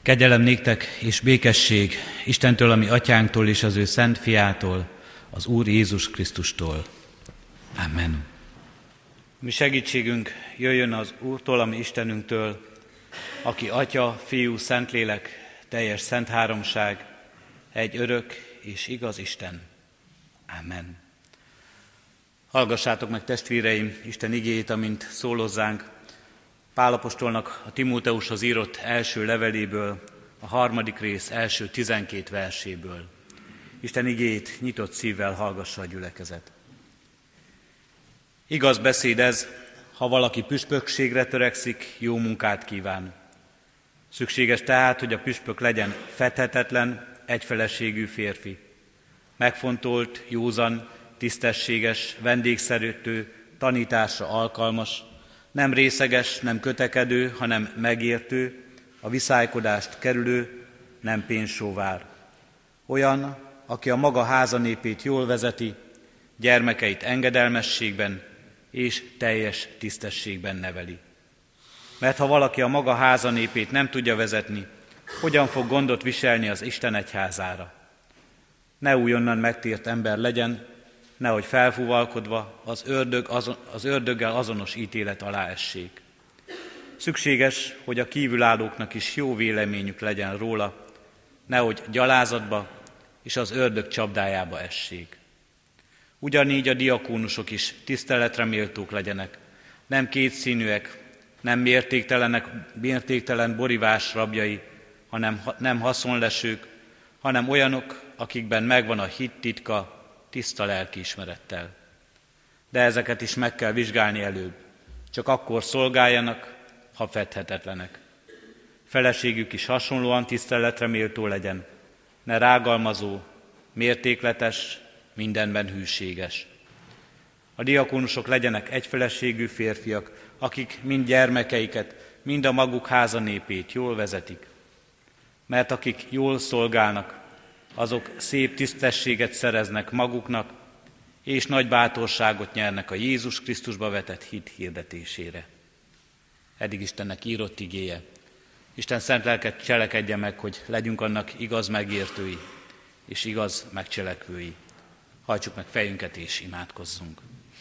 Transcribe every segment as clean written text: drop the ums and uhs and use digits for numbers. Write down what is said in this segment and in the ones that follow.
Kegyelem néktek és békesség Istentől, a mi atyánktól és az ő szent fiától, az Úr Jézus Krisztustól. Amen. Mi segítségünk jöjjön az Úrtól, a mi Istenünktől, aki Atya, Fiú, Szentlélek, teljes szent háromság, egy örök és igaz Isten. Amen. Hallgassátok meg, testvéreim, Isten igéjét, amint szólozzánk Pál apostolnak a Timóteushoz írott első leveléből, a 3. rész első 12 verséből. Isten igéjét nyitott szívvel hallgassa a gyülekezet. Igaz beszéd ez, ha valaki püspökségre törekszik, jó munkát kíván. Szükséges tehát, hogy a püspök legyen fedhetetlen, egyfeleségű férfi. Megfontolt, józan, tisztességes, vendégszerető, tanításra alkalmas, nem részeges, nem kötekedő, hanem megértő, a viszálykodást kerülő, nem pénzsóvár. Olyan, aki a maga házanépét jól vezeti, gyermekeit engedelmességben és teljes tisztességben neveli. Mert ha valaki a maga házanépét nem tudja vezetni, hogyan fog gondot viselni az Isten egyházára? Ne újonnan megtért ember legyen, nehogy felfúvalkodva az ördöggel azonos ítélet alá essék. Szükséges, hogy a kívülállóknak is jó véleményük legyen róla, nehogy gyalázatba és az ördög csapdájába essék. Ugyanígy a diakónusok is tiszteletre méltók legyenek, nem kétszínűek, nem mértéktelen borivás rabjai, nem haszonlesők, hanem olyanok, akikben megvan a hit titka, tiszta lelkiismerettel. De ezeket is meg kell vizsgálni előbb, csak akkor szolgáljanak, ha fedhetetlenek. Feleségük is hasonlóan tiszteletre méltó legyen, ne rágalmazó, mértékletes, mindenben hűséges. A diakónusok legyenek egyfeleségű férfiak, akik mind gyermekeiket, mind a maguk házanépét jól vezetik. Mert akik jól szolgálnak, azok szép tisztességet szereznek maguknak, és nagy bátorságot nyernek a Jézus Krisztusba vetett hit hirdetésére. Eddig Istennek írott igéje. Isten szent lelket cselekedje meg, hogy legyünk annak igaz megértői és igaz megcselekvői. Hajtsuk meg fejünket és imádkozzunk.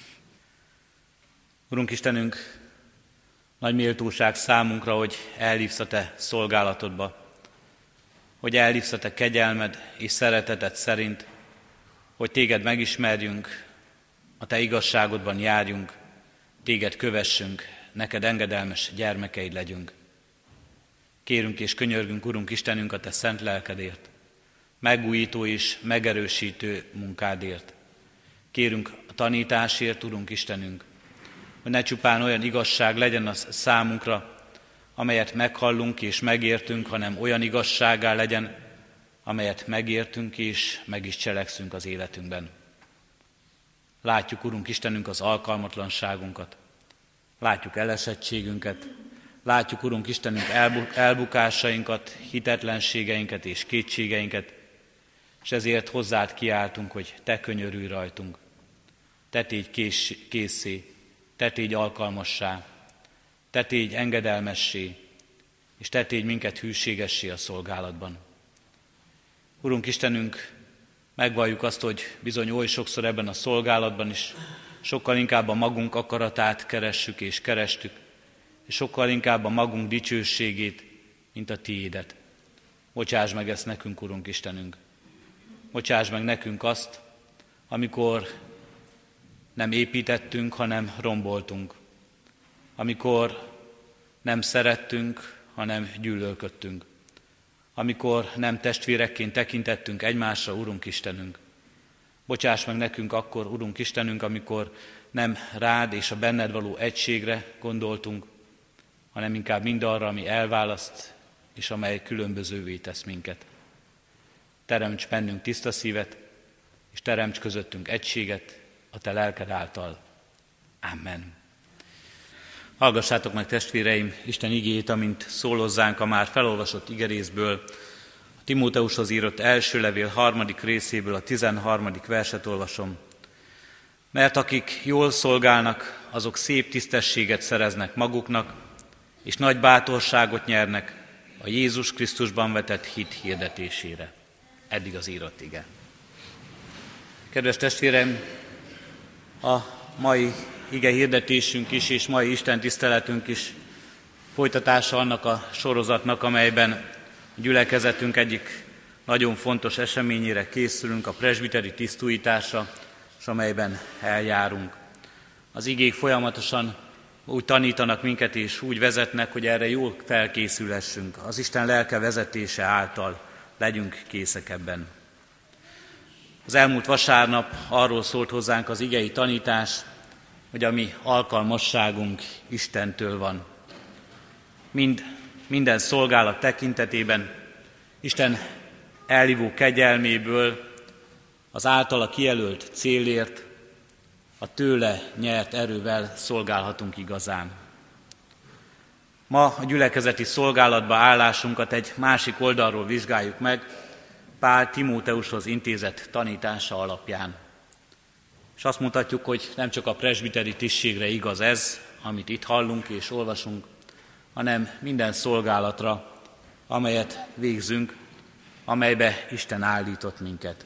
Urunk Istenünk, nagy méltóság számunkra, hogy elhívsz a Te szolgálatodba, hogy elhívsz a Te kegyelmed és szereteted szerint, hogy Téged megismerjünk, a Te igazságodban járjunk, Téged kövessünk, neked engedelmes gyermekeid legyünk. Kérünk és könyörgünk, Urunk Istenünk, a Te szent lelkedért, megújító és megerősítő munkádért. Kérünk a tanításért, Urunk Istenünk, hogy ne csupán olyan igazság legyen az számunkra, amelyet meghallunk és megértünk, hanem olyan igazsággá legyen, amelyet megértünk és meg is cselekszünk az életünkben. Látjuk, Urunk Istenünk, az alkalmatlanságunkat, látjuk elesettségünket, látjuk, Urunk Istenünk, elbukásainkat, hitetlenségeinket és kétségeinket, és ezért hozzád kiáltunk, hogy Te könyörülj rajtunk, Te tégy készé, Te tégy alkalmassá, Te tégy engedelmessé, és Te tégy minket hűségessé a szolgálatban. Urunk Istenünk, megvalljuk azt, hogy bizony oly sokszor ebben a szolgálatban is sokkal inkább a magunk akaratát keressük és kerestük, és sokkal inkább a magunk dicsőségét, mint a Tiédet. Bocsáss meg ezt nekünk, Urunk Istenünk. Bocsáss meg nekünk azt, amikor nem építettünk, hanem romboltunk. Amikor nem szerettünk, hanem gyűlölködtünk. Amikor nem testvérekként tekintettünk egymásra, Urunk Istenünk. Bocsáss meg nekünk akkor, Urunk Istenünk, amikor nem rád és a benned való egységre gondoltunk, hanem inkább mindarra, ami elválaszt, és amely különbözővé tesz minket. Teremts bennünk tiszta szívet, és teremts közöttünk egységet a Te lelked által. Amen. Hallgassátok meg, testvéreim, Isten igéjét, amint szólozzánk a már felolvasott igerészből, a Timóteushoz írott első levél 3. részéből a 13. verset olvasom. Mert akik jól szolgálnak, azok szép tisztességet szereznek maguknak, és nagy bátorságot nyernek a Jézus Krisztusban vetett hit hirdetésére. Eddig az írott ige. Kedves testvérem, a mai ige hirdetésünk is és mai Isten tiszteletünk is folytatása annak a sorozatnak, amelyben a gyülekezetünk egyik nagyon fontos eseményére készülünk, a presbiteri tisztújításra, és amelyben eljárunk. Az igék folyamatosan úgy tanítanak minket és úgy vezetnek, hogy erre jól felkészülhessünk. Az Isten lelke vezetése által legyünk készek ebben. Az elmúlt vasárnap arról szólt hozzánk az igei tanítás, hogy a mi alkalmasságunk Istentől van. Minden szolgálat tekintetében Isten elhívó kegyelméből az általa kijelölt célért a tőle nyert erővel szolgálhatunk igazán. Ma a gyülekezeti szolgálatba állásunkat egy másik oldalról vizsgáljuk meg, Pál Timóteushoz intézett tanítása alapján. És azt mutatjuk, hogy nem csak a presbiteri tisztségre igaz ez, amit itt hallunk és olvasunk, hanem minden szolgálatra, amelyet végzünk, amelybe Isten állított minket.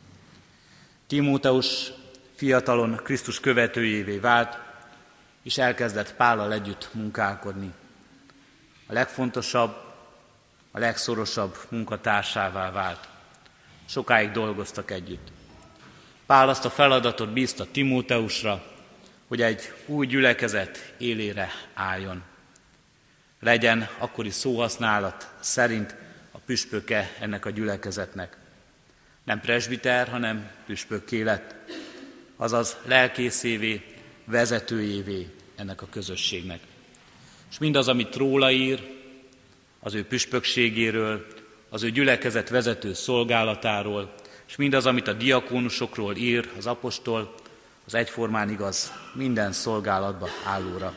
Timóteus fiatalon Krisztus követőjévé vált, és elkezdett Pállal együtt munkálkodni. A legfontosabb, a legszorosabb munkatársává vált. Sokáig dolgoztak együtt. Pál azt a feladatot bízta Timóteusra, hogy egy új gyülekezet élére álljon. Legyen akkori szóhasználat szerint a püspöke ennek a gyülekezetnek. Nem presbiter, hanem püspökké lett, azaz lelkészévé, vezetőjévé ennek a közösségnek. És mindaz, amit róla ír, az ő püspökségéről, az ő gyülekezet vezető szolgálatáról, és mindaz, amit a diakónusokról ír az apostol, az egyformán igaz minden szolgálatba állóra.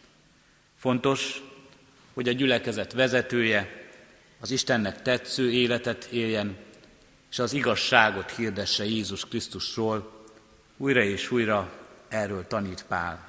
Fontos, hogy a gyülekezet vezetője az Istennek tetsző életet éljen, és az igazságot hirdesse Jézus Krisztusról, újra és újra erről tanít Pál.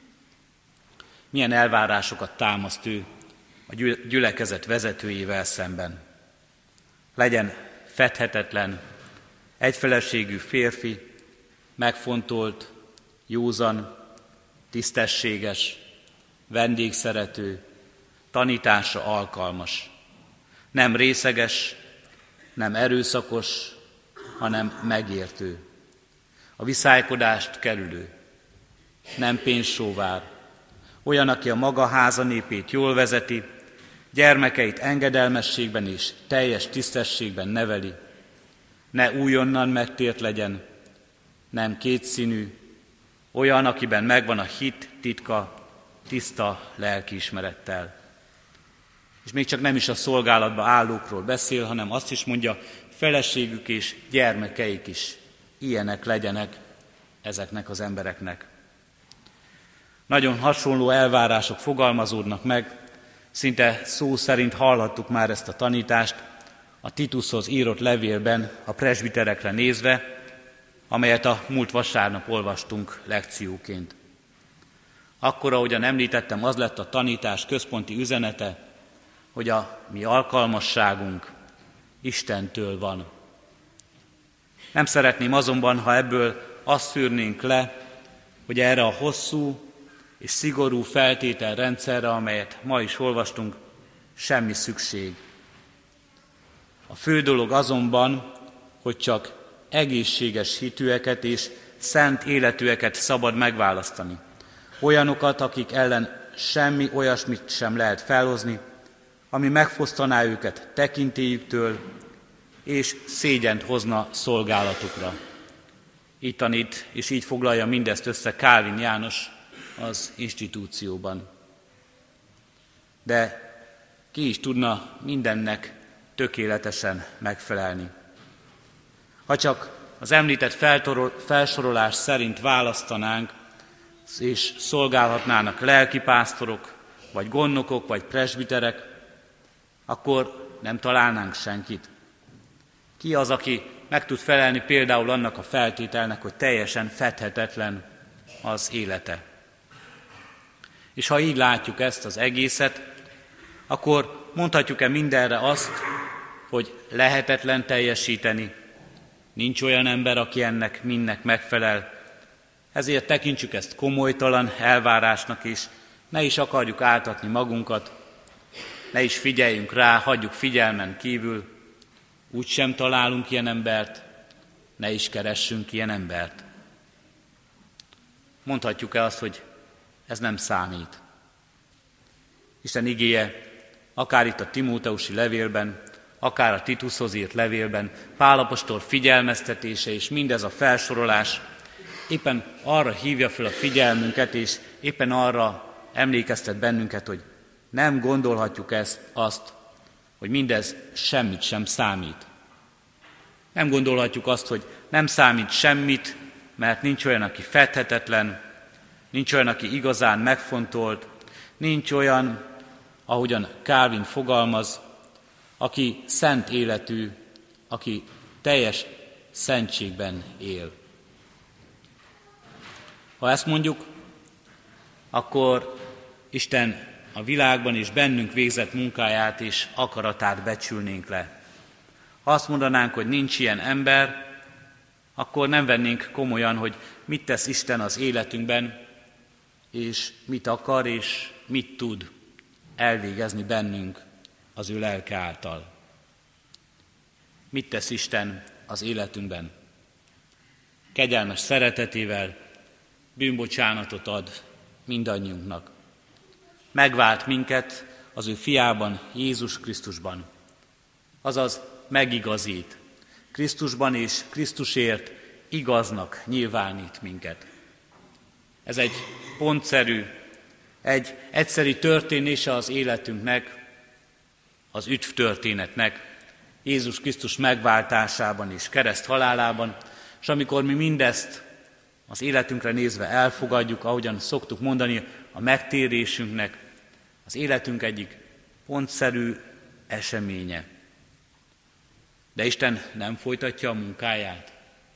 Milyen elvárásokat támaszt ő a gyülekezet vezetőjével szemben. Legyen fedhetetlen, egyfeleségű férfi, megfontolt, józan, tisztességes, vendégszerető, tanításra alkalmas. Nem részeges, nem erőszakos, hanem megértő. A viszálykodást kerülő, nem pénzsóvár, olyan, aki a maga háza népét jól vezeti, gyermekeit engedelmességben és teljes tisztességben neveli, ne újonnan megtért legyen, nem kétszínű, olyan, akiben megvan a hit titka, tiszta lelkiismerettel. És még csak nem is a szolgálatba állókról beszél, hanem azt is mondja, feleségük és gyermekeik is ilyenek legyenek ezeknek az embereknek. Nagyon hasonló elvárások fogalmazódnak meg, szinte szó szerint hallhattuk már ezt a tanítást a Titushoz írott levélben a presbiterekre nézve, amelyet a múlt vasárnap olvastunk lekcióként. Akkor, ahogyan említettem, az lett a tanítás központi üzenete, hogy a mi alkalmasságunk Istentől van. Nem szeretném azonban, ha ebből azt szűrnénk le, hogy erre a hosszú és szigorú feltételrendszerre, amelyet ma is olvastunk, semmi szükség. A fő dolog azonban, hogy csak egészséges hitűeket és szent életűeket szabad megválasztani. Olyanokat, akik ellen semmi olyasmit sem lehet felhozni, ami megfosztaná őket tekintélyüktől, és szégyent hozna szolgálatukra. Így tanít, és így foglalja mindezt össze Kálvin János az institúcióban. De ki is tudna mindennek tökéletesen megfelelni? Ha csak az említett felsorolás szerint választanánk, és szolgálhatnának lelkipásztorok, vagy gondnokok, vagy presbiterek, akkor nem találnánk senkit. Ki az, aki meg tud felelni például annak a feltételnek, hogy teljesen fedhetetlen az élete? És ha így látjuk ezt az egészet, akkor akkor mondhatjuk-e mindenre azt, hogy lehetetlen teljesíteni, nincs olyan ember, aki ennek mindnek megfelel, ezért tekintsük ezt komolytalan elvárásnak is, ne is akarjuk áltatni magunkat, ne is figyeljünk rá, hagyjuk figyelmen kívül, úgysem találunk ilyen embert, ne is keressünk ilyen embert. Mondhatjuk-e azt, hogy ez nem számít? Isten igéje, akár itt a Timóteusi levélben, akár a Titushoz írt levélben, Pál apostol figyelmeztetése és mindez a felsorolás éppen arra hívja fel a figyelmünket, és éppen arra emlékeztet bennünket, hogy nem gondolhatjuk azt, hogy mindez semmit sem számít. Nem gondolhatjuk azt, hogy nem számít semmit, mert nincs olyan, aki fedhetetlen, nincs olyan, aki igazán megfontolt, nincs olyan, ahogyan Calvin fogalmaz, aki szent életű, aki teljes szentségben él. Ha ezt mondjuk, akkor Isten a világban és bennünk végzett munkáját és akaratát becsülnénk le. Ha azt mondanánk, hogy nincs ilyen ember, akkor nem vennénk komolyan, hogy mit tesz Isten az életünkben, és mit akar és mit tud elvégezni bennünk az ő lelke által. Mit tesz Isten az életünkben? Kegyelmes szeretetével bűnbocsánatot ad mindannyiunknak. Megvált minket az ő fiában, Jézus Krisztusban. Azaz megigazít. Krisztusban és Krisztusért igaznak nyilvánít minket. Ez egy pontszerű, egy egyszeri történése az életünknek, az üdvtörténetnek, Jézus Krisztus megváltásában és kereszt halálában, és amikor mi mindezt az életünkre nézve elfogadjuk, ahogyan szoktuk mondani, a megtérésünknek, az életünk egyik pontszerű eseménye. De Isten nem folytatja a munkáját.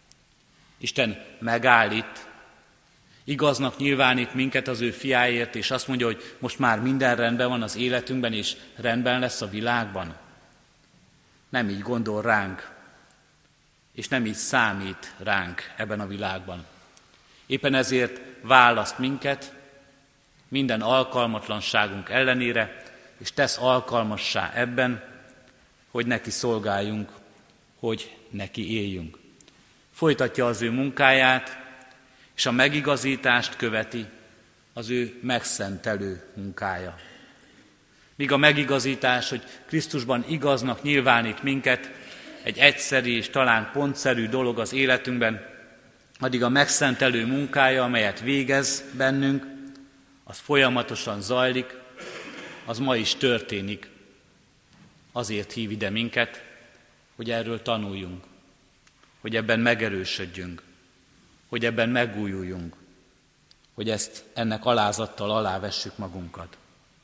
Isten megállít, igaznak nyilvánít minket az ő fiáért, és azt mondja, hogy most már minden rendben van az életünkben, és rendben lesz a világban. Nem így gondol ránk, és nem így számít ránk ebben a világban. Éppen ezért választ minket minden alkalmatlanságunk ellenére, és tesz alkalmassá ebben, hogy neki szolgáljunk, hogy neki éljünk. Folytatja az ő munkáját, és a megigazítást követi az ő megszentelő munkája. Míg a megigazítás, hogy Krisztusban igaznak nyilvánít minket, egy egyszerű és talán pontszerű dolog az életünkben, addig a megszentelő munkája, amelyet végez bennünk, az folyamatosan zajlik, az ma is történik. Azért hív ide minket, hogy erről tanuljunk, hogy ebben megerősödjünk, hogy ebben megújuljunk, hogy ennek alázattal alávessük magunkat.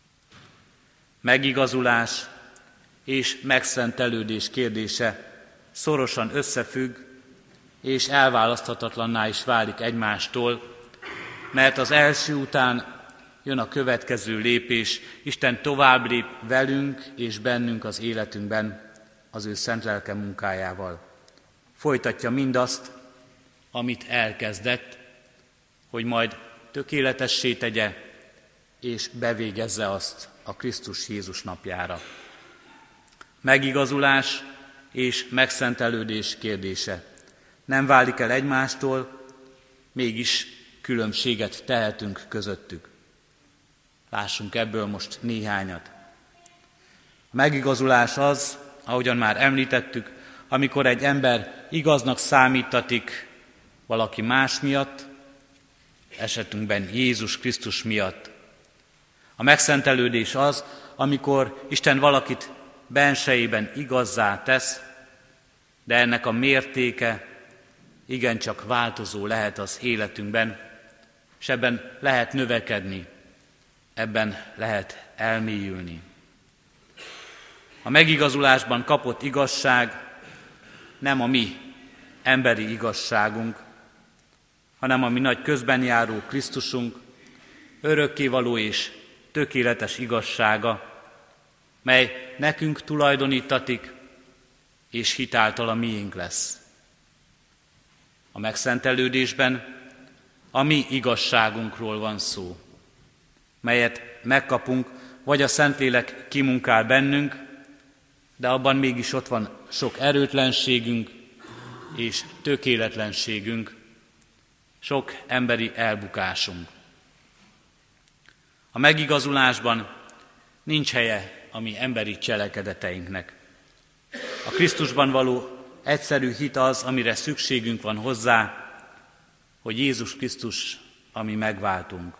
Megigazulás és megszentelődés kérdése szorosan összefügg, és elválaszthatatlanná is válik egymástól, mert az első után jön a következő lépés, Isten tovább lép velünk és bennünk az életünkben az ő szent lelke munkájával. Folytatja mindazt, amit elkezdett, hogy majd tökéletessé tegye, és bevégezze azt a Krisztus Jézus napjára. Megigazulás és megszentelődés kérdése nem válik el egymástól, mégis különbséget tehetünk közöttük. Lássunk ebből most néhányat. A megigazulás az, ahogyan már említettük, amikor egy ember igaznak számítatik valaki más miatt, esetünkben Jézus Krisztus miatt. A megszentelődés az, amikor Isten valakit bensejében igazzá tesz, de ennek a mértéke igencsak változó lehet az életünkben, és ebben lehet növekedni, ebben lehet elmélyülni. A megigazulásban kapott igazság nem a mi emberi igazságunk, hanem a mi nagy közbenjáró Krisztusunk, örökkévaló és tökéletes igazsága, mely nekünk tulajdonítatik, és hitáltal a miénk lesz. A megszentelődésben a mi igazságunkról van szó, melyet megkapunk, vagy a Szentlélek kimunkál bennünk, de abban mégis ott van sok erőtlenségünk és tökéletlenségünk, sok emberi elbukásunk. A megigazulásban nincs helye a mi emberi cselekedeteinknek. A Krisztusban való egyszerű hit az, amire szükségünk van hozzá, hogy Jézus Krisztus a mi megváltunk.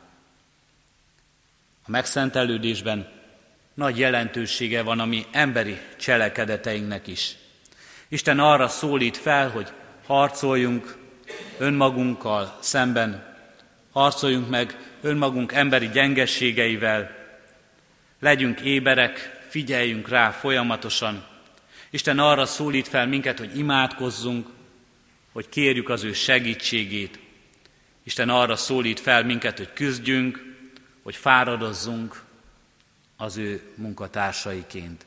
A megszentelődésben nagy jelentősége van a mi emberi cselekedeteinknek is. Isten arra szólít fel, hogy harcoljunk önmagunkkal szemben, harcoljunk meg önmagunk emberi gyengességeivel, legyünk éberek, figyeljünk rá folyamatosan. Isten arra szólít fel minket, hogy imádkozzunk, hogy kérjük az ő segítségét. Isten arra szólít fel minket, hogy küzdjünk, hogy fáradozzunk az ő munkatársaiként.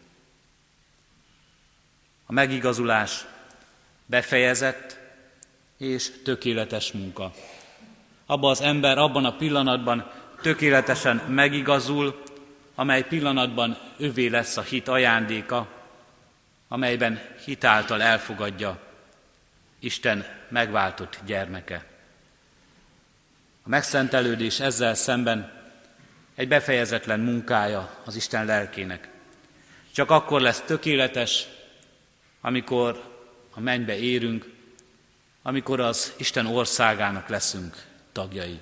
A megigazulás befejezett és tökéletes munka. Abban az ember abban a pillanatban tökéletesen megigazul, amely pillanatban övé lesz a hit ajándéka, amelyben hitáltal elfogadja Isten megváltott gyermeke. A megszentelődés ezzel szemben egy befejezetlen munkája az Isten lelkének. Csak akkor lesz tökéletes, amikor a mennybe érünk, amikor az Isten országának leszünk tagjai.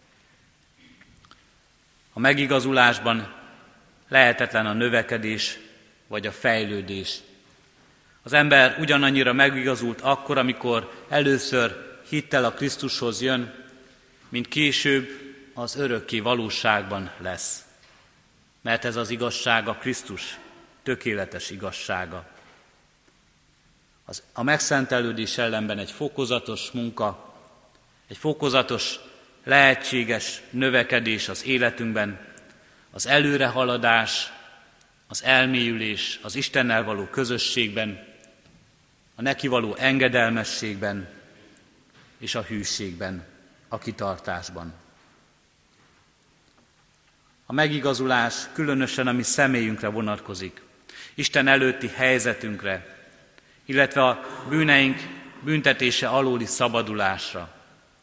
A megigazulásban lehetetlen a növekedés vagy a fejlődés. Az ember ugyanannyira megigazult akkor, amikor először hittel a Krisztushoz jön, mint később az örökké valóságban lesz. Mert ez az igazság a Krisztus tökéletes igazsága. A megszentelődés ellenben egy fokozatos munka, egy fokozatos, lehetséges növekedés az életünkben, az előrehaladás, az elmélyülés, az Istennel való közösségben, a neki való engedelmességben és a hűségben, a kitartásban. A megigazulás különösen a mi személyünkre vonatkozik, Isten előtti helyzetünkre, illetve a bűneink büntetése alóli szabadulásra.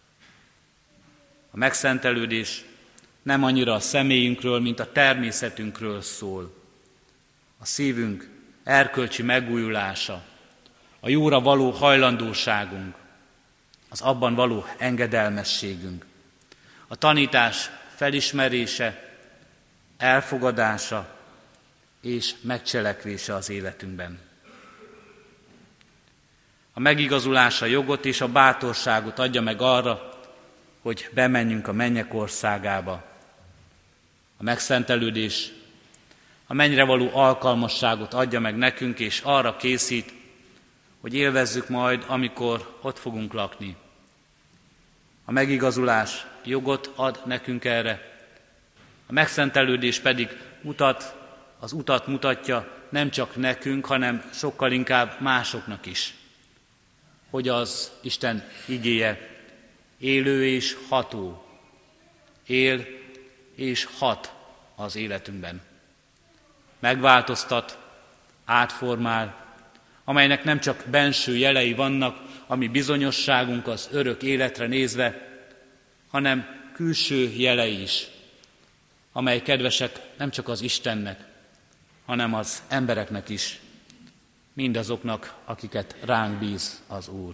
A megszentelődés nem annyira a személyünkről, mint a természetünkről szól. A szívünk erkölcsi megújulása, a jóra való hajlandóságunk, az abban való engedelmességünk, a tanítás felismerése, elfogadása és megcselekvése az életünkben. A megigazulás a jogot és a bátorságot adja meg arra, hogy bemenjünk a mennyek országába. A megszentelődés a mennyre való alkalmasságot adja meg nekünk, és arra készít, hogy élvezzük majd, amikor ott fogunk lakni. A megigazulás jogot ad nekünk erre, a megszentelődés pedig az utat mutatja nem csak nekünk, hanem sokkal inkább másoknak is, hogy az Isten igéje élő és ható, él és hat az életünkben. Megváltoztat, átformál, amelynek nem csak benső jelei vannak, ami bizonyosságunk az örök életre nézve, hanem külső jelei is, amely kedvesek nem csak az Istennek, hanem az embereknek is, mindazoknak, akiket ránk bíz az Úr.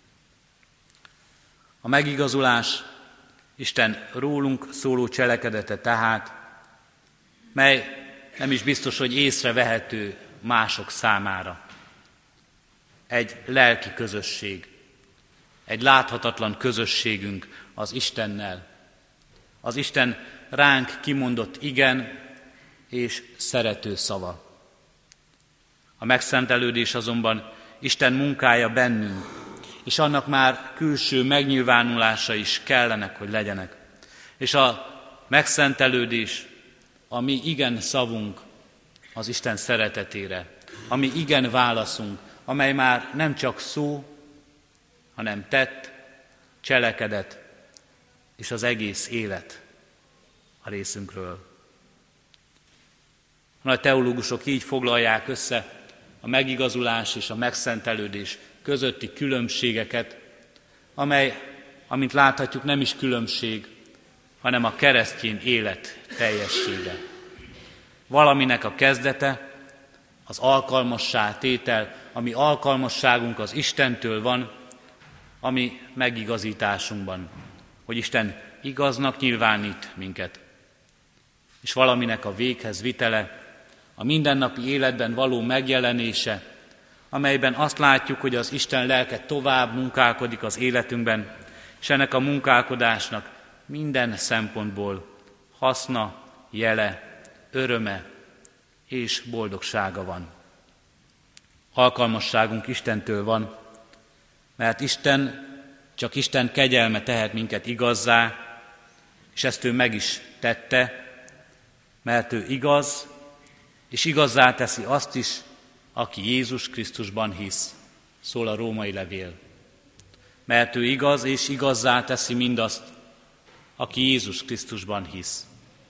A megigazulás Isten rólunk szóló cselekedete tehát, mely nem is biztos, hogy észrevehető mások számára. Egy lelki közösség, egy láthatatlan közösségünk az Istennel. Az Isten ránk kimondott igen és szerető szava. A megszentelődés azonban Isten munkája bennünk, és annak már külső megnyilvánulása is kellenek, hogy legyenek. És a megszentelődés, a mi igen szavunk, az Isten szeretetére, ami igen válaszunk, amely már nem csak szó, hanem tett, cselekedet, és az egész élet a részünkről. A nagy teológusok így foglalják össze a megigazulás és a megszentelődés közötti különbségeket, amely, amint láthatjuk, nem is különbség, hanem a keresztény élet teljessége. Valaminek a kezdete, az alkalmassá tétel, ami alkalmasságunk az Istentől van, ami megigazításunkban, hogy Isten igaznak nyilvánít minket. És valaminek a véghez vitele, a mindennapi életben való megjelenése, amelyben azt látjuk, hogy az Isten lelke tovább munkálkodik az életünkben, és ennek a munkálkodásnak minden szempontból haszna, jele, öröme és boldogsága van. Alkalmasságunk Istentől van, mert csak Isten kegyelme tehet minket igazzá, és ezt ő meg is tette, mert ő igaz, és igazzá teszi azt is, aki Jézus Krisztusban hisz, szól a római levél. Mert ő igaz, és igazzá teszi mindazt, aki Jézus Krisztusban hisz.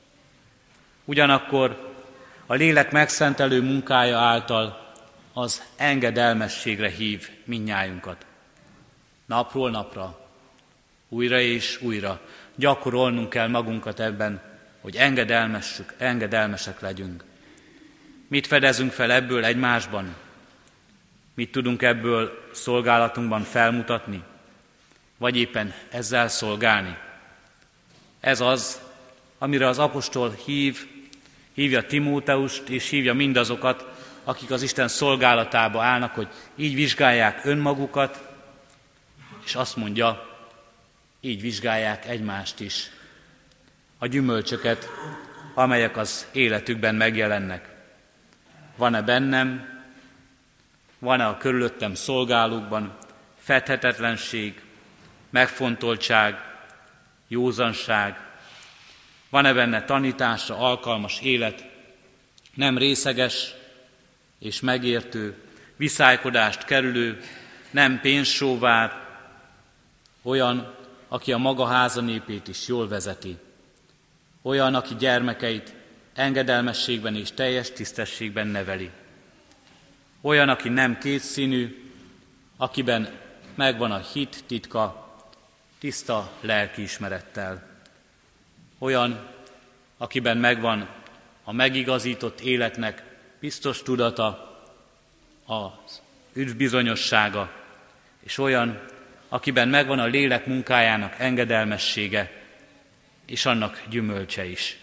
Ugyanakkor a lélek megszentelő munkája által az engedelmességre hív mindnyájunkat. Napról napra, újra és újra gyakorolnunk kell magunkat ebben, hogy engedelmesek legyünk. Mit fedezünk fel ebből egymásban? Mit tudunk ebből szolgálatunkban felmutatni? Vagy éppen ezzel szolgálni? Ez az, amire az apostol hívja Timóteust, és hívja mindazokat, akik az Isten szolgálatába állnak, hogy így vizsgálják önmagukat, és azt mondja, így vizsgálják egymást is. A gyümölcsöket, amelyek az életükben megjelennek. Van-e bennem, van-e a körülöttem szolgálókban fedhetetlenség, megfontoltság, józanság, van-e benne tanításra alkalmas élet, nem részeges és megértő, viszálykodást kerülő, nem pénzsóvár, olyan, aki a maga háza népét is jól vezeti, olyan, aki gyermekeit engedelmességben és teljes tisztességben neveli. Olyan, aki nem kétszínű, akiben megvan a hit titka, tiszta lelkiismerettel. Olyan, akiben megvan a megigazított életnek biztos tudata, az üdvbizonyossága, és olyan, akiben megvan a lélek munkájának engedelmessége, és annak gyümölcse is.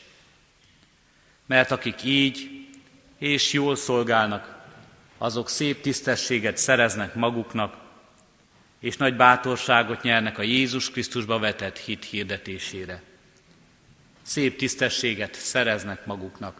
Mert akik így és jól szolgálnak, azok szép tisztességet szereznek maguknak, és nagy bátorságot nyernek a Jézus Krisztusba vetett hit hirdetésére. Szép tisztességet szereznek maguknak.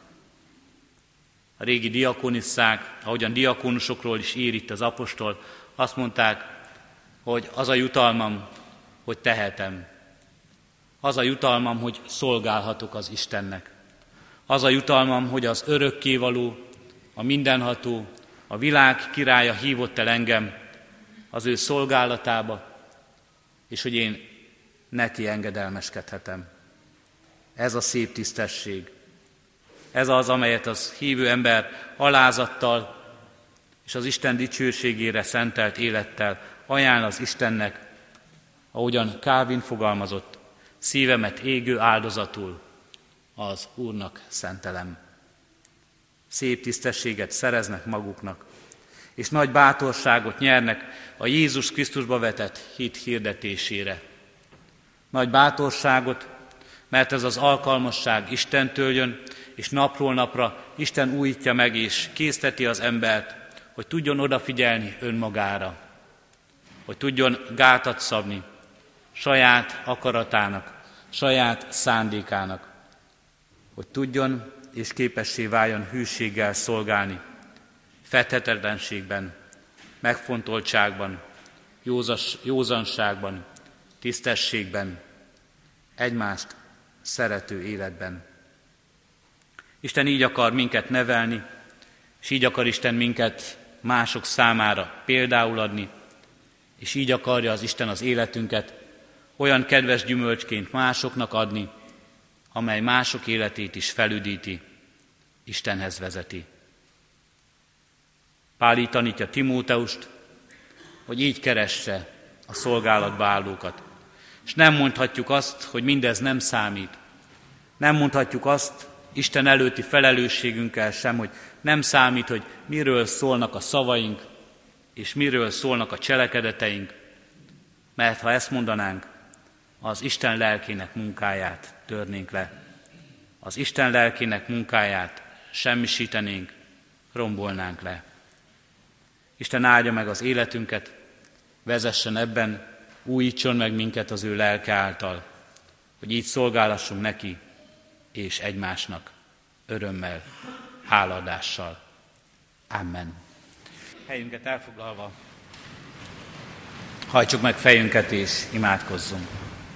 A régi diakonisszák, ahogyan diakónusokról is ír itt az apostol, azt mondták, hogy az a jutalmam, hogy tehetem. Az a jutalmam, hogy szolgálhatok az Istennek. Az a jutalmam, hogy az örökkévaló, a mindenható, a világ királya hívott el engem az ő szolgálatába, és hogy én neki engedelmeskedhetem. Ez a szép tisztesség. Ez az, amelyet az hívő ember alázattal és az Isten dicsőségére szentelt élettel ajánl az Istennek, ahogyan Kálvin fogalmazott, szívemet égő áldozatul az Úrnak szentelem. Szép tisztességet szereznek maguknak, és nagy bátorságot nyernek a Jézus Krisztusba vetett hit hirdetésére. Nagy bátorságot, mert ez az alkalmasság Istentől jön, és napról napra Isten újítja meg és készteti az embert, hogy tudjon odafigyelni önmagára, hogy tudjon gátat szabni saját akaratának, saját szándékának, hogy tudjon és képessé váljon hűséggel szolgálni, fedhetetlenségben, megfontoltságban, józanságban, tisztességben, egymást szerető életben. Isten így akar minket nevelni, és így akar Isten minket mások számára például adni, és így akarja az Isten az életünket olyan kedves gyümölcsként másoknak adni, amely mások életét is felüdíti, Istenhez vezeti. Pál így tanítja Timóteust, hogy így keresse a szolgálatba állókat. És nem mondhatjuk azt, hogy mindez nem számít. Nem mondhatjuk azt Isten előtti felelősségünkkel sem, hogy nem számít, hogy miről szólnak a szavaink, és miről szólnak a cselekedeteink, mert ha ezt mondanánk, az Isten lelkének munkáját törnénk le. Az Isten lelkének munkáját semmisítenénk, rombolnánk le. Isten áldja meg az életünket, vezessen ebben, újítson meg minket az ő lelke által, hogy így szolgálassunk neki és egymásnak örömmel, hálaadással. Amen. Helyünket elfoglalva, hajtsuk meg fejünket és imádkozzunk.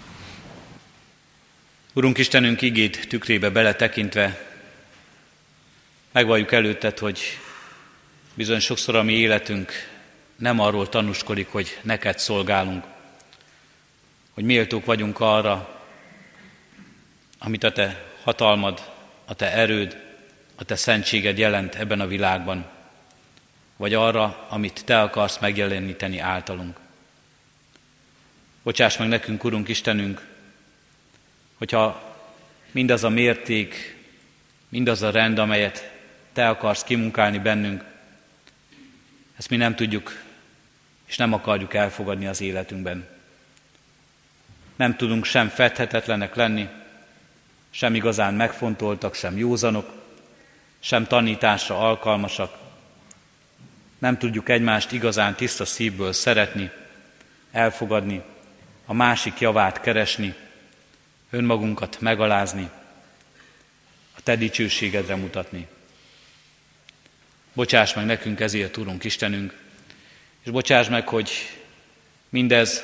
Urunk Istenünk, igéd tükrébe beletekintve, megvalljuk előtted, hogy bizony sokszor a mi életünk nem arról tanúskodik, hogy neked szolgálunk, hogy méltók vagyunk arra, amit a te hatalmad, a te erőd, a te szentséged jelent ebben a világban, vagy arra, amit te akarsz megjeleníteni általunk. Bocsáss meg nekünk, Urunk Istenünk, hogyha mindaz a mérték, mindaz a rend, amelyet te akarsz kimunkálni bennünk, ezt mi nem tudjuk és nem akarjuk elfogadni az életünkben. Nem tudunk sem fedhetetlenek lenni, sem igazán megfontoltak, sem józanok, sem tanításra alkalmasak. Nem tudjuk egymást igazán tiszta szívből szeretni, elfogadni, a másik javát keresni, önmagunkat megalázni, a te dicsőségedre mutatni. Bocsáss meg nekünk ezért, Urunk Istenünk, és bocsáss meg, hogy mindez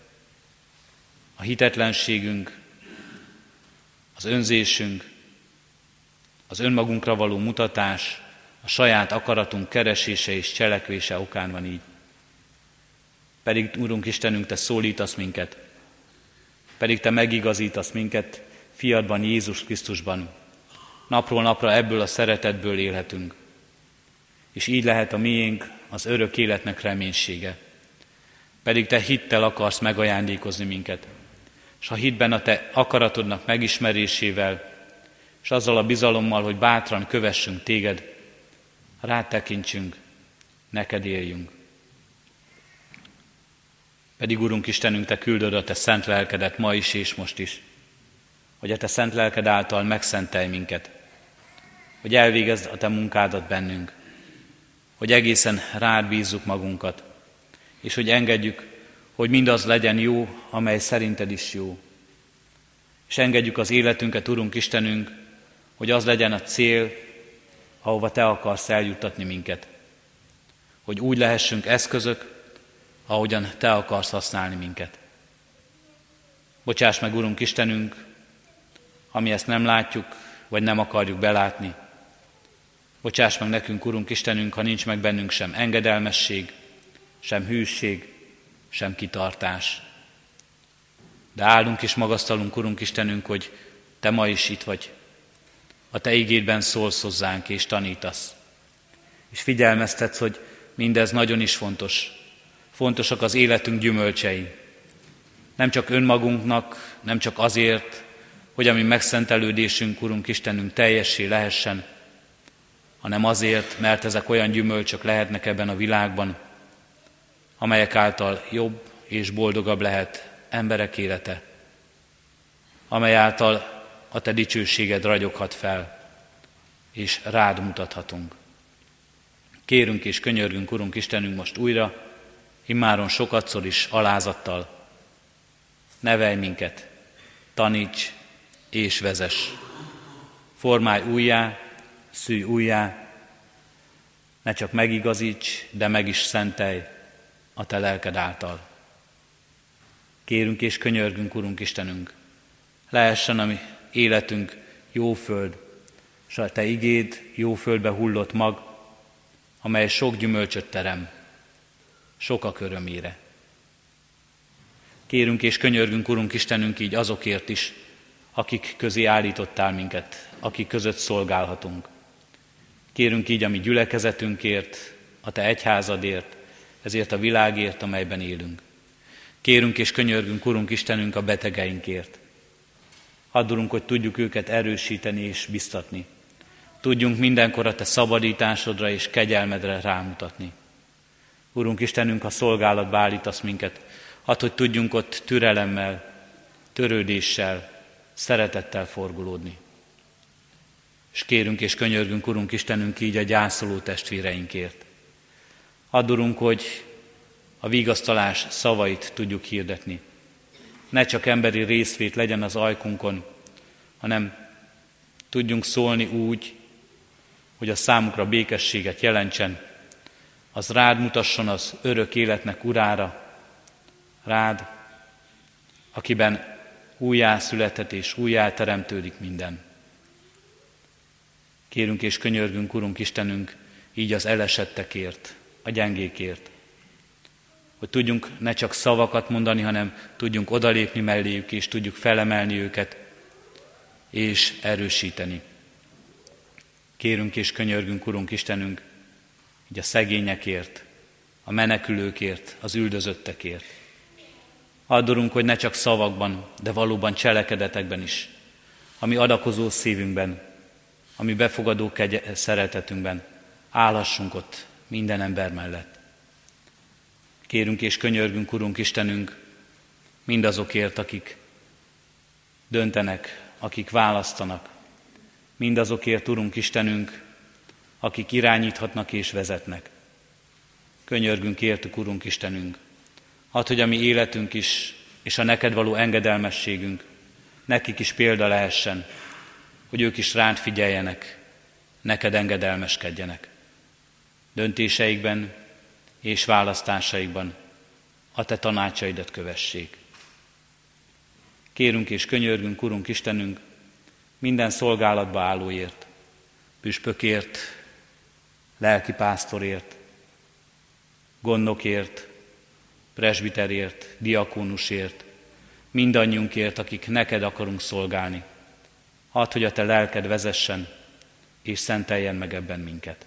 a hitetlenségünk, az önzésünk, az önmagunkra való mutatás, a saját akaratunk keresése és cselekvése okán van így. Pedig, Urunk Istenünk, te szólítasz minket, pedig te megigazítasz minket fiadban, Jézus Krisztusban. Napról napra ebből a szeretetből élhetünk. És így lehet a miénk az örök életnek reménysége. Pedig te hittel akarsz megajándékozni minket. És a hitben a te akaratodnak megismerésével, és azzal a bizalommal, hogy bátran kövessünk téged, rád tekintsünk, neked éljünk. Pedig, Urunk Istenünk, te küldöd a te szent lelkedet ma is és most is, hogy a te szent lelked által megszentelj minket, hogy elvégezd a te munkádat bennünk, hogy egészen rád bízzuk magunkat, és hogy engedjük, hogy mindaz legyen jó, amely szerinted is jó. És engedjük az életünket, Urunk Istenünk, hogy az legyen a cél, ahova te akarsz eljuttatni minket. Hogy úgy lehessünk eszközök, ahogyan te akarsz használni minket. Bocsáss meg, Urunk Istenünk, ami ezt nem látjuk, vagy nem akarjuk belátni. Bocsáss meg nekünk, Urunk Istenünk, ha nincs meg bennünk sem engedelmesség, sem hűség, sem kitartás. De áldunk és magasztalunk, Urunk Istenünk, hogy te ma is itt vagy. A te igédben szólsz hozzánk és tanítasz. És figyelmeztetsz, hogy mindez nagyon is fontos. Fontosak az életünk gyümölcsei. Nem csak önmagunknak, nem csak azért, hogy a mi megszentelődésünk, Urunk Istenünk, teljessé lehessen, hanem azért, mert ezek olyan gyümölcsök lehetnek ebben a világban, amelyek által jobb és boldogabb lehet emberek élete, amely által a te dicsőséged ragyoghat fel, és rád mutathatunk. Kérünk és könyörgünk, Urunk Istenünk, most újra, immáron sokatszor is alázattal, nevelj minket, taníts és vezess. Formálj újjá, szülj újjá, ne csak megigazíts, de meg is szentelj a te lelked által. Kérünk és könyörgünk, Urunk Istenünk, lehessen a mi életünk jó föld, és a te igéd jó földbe hullott mag, amely sok gyümölcsöt terem, sokak örömére. Kérünk és könyörgünk, Urunk Istenünk, így azokért is, akik közé állítottál minket, akik között szolgálhatunk. Kérünk így a mi gyülekezetünkért, a Te egyházadért, ezért a világért, amelyben élünk. Kérünk és könyörgünk, Urunk Istenünk, a betegeinkért. Add, Urunk, hogy tudjuk őket erősíteni és biztatni. Tudjunk mindenkor a Te szabadításodra és kegyelmedre rámutatni. Urunk Istenünk, ha szolgálatba állítasz minket, add, hogy tudjunk ott türelemmel, törődéssel, szeretettel forgolódni. És kérünk és könyörgünk, Urunk Istenünk, így a gyászoló testvéreinkért. Add, Urunk, hogy a vigasztalás szavait tudjuk hirdetni. Ne csak emberi részvét legyen az ajkunkon, hanem tudjunk szólni úgy, hogy a számukra békességet jelentsen, az rád mutasson az örök életnek urára, rád, akiben újjászületett és újjáteremtődik minden. Kérünk és könyörgünk, Urunk Istenünk, így az elesettekért, a gyengékért, hogy tudjunk ne csak szavakat mondani, hanem tudjunk odalépni melléjük, és tudjuk felemelni őket, és erősíteni. Kérünk és könyörgünk, Urunk Istenünk, így a szegényekért, a menekülőkért, az üldözöttekért. Add, Urunk, hogy ne csak szavakban, de valóban cselekedetekben is, ami adakozó szívünkben, ami befogadó szeretetünkben állhassunk ott minden ember mellett. Kérünk és könyörgünk, Urunk Istenünk, mindazokért, akik döntenek, akik választanak, mindazokért, Urunk Istenünk, akik irányíthatnak és vezetnek. Könyörgünk értük, Urunk Istenünk, add, hogy a mi életünk is, és a neked való engedelmességünk nekik is példa lehessen, hogy ők is rád figyeljenek, neked engedelmeskedjenek. Döntéseikben és választásaikban a te tanácsaidat kövessék. Kérünk és könyörgünk, Urunk Istenünk, minden szolgálatba állóért, püspökért, lelkipásztorért, gondnokért, presbiterért, diakónusért, mindannyiunkért, akik neked akarunk szolgálni. Add, hogy a te lelked vezessen, és szenteljen meg ebben minket.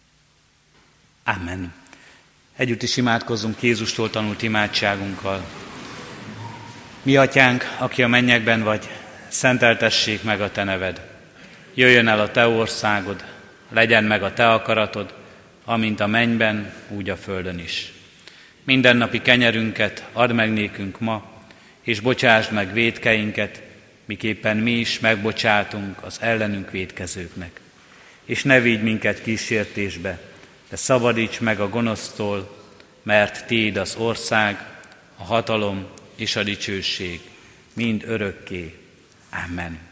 Amen. Együtt is imádkozzunk Jézustól tanult imádságunkkal. Mi atyánk, aki a mennyekben vagy, szenteltessék meg a te neved. Jöjjön el a te országod, legyen meg a te akaratod, amint a mennyben, úgy a földön is. Mindennapi kenyerünket add meg nékünk ma, és bocsásd meg vétkeinket, miképpen mi is megbocsátunk az ellenünk vétkezőknek. És ne vigy minket kísértésbe, de szabadíts meg a gonosztól, mert tiéd az ország, a hatalom és a dicsőség, mind örökké. Amen.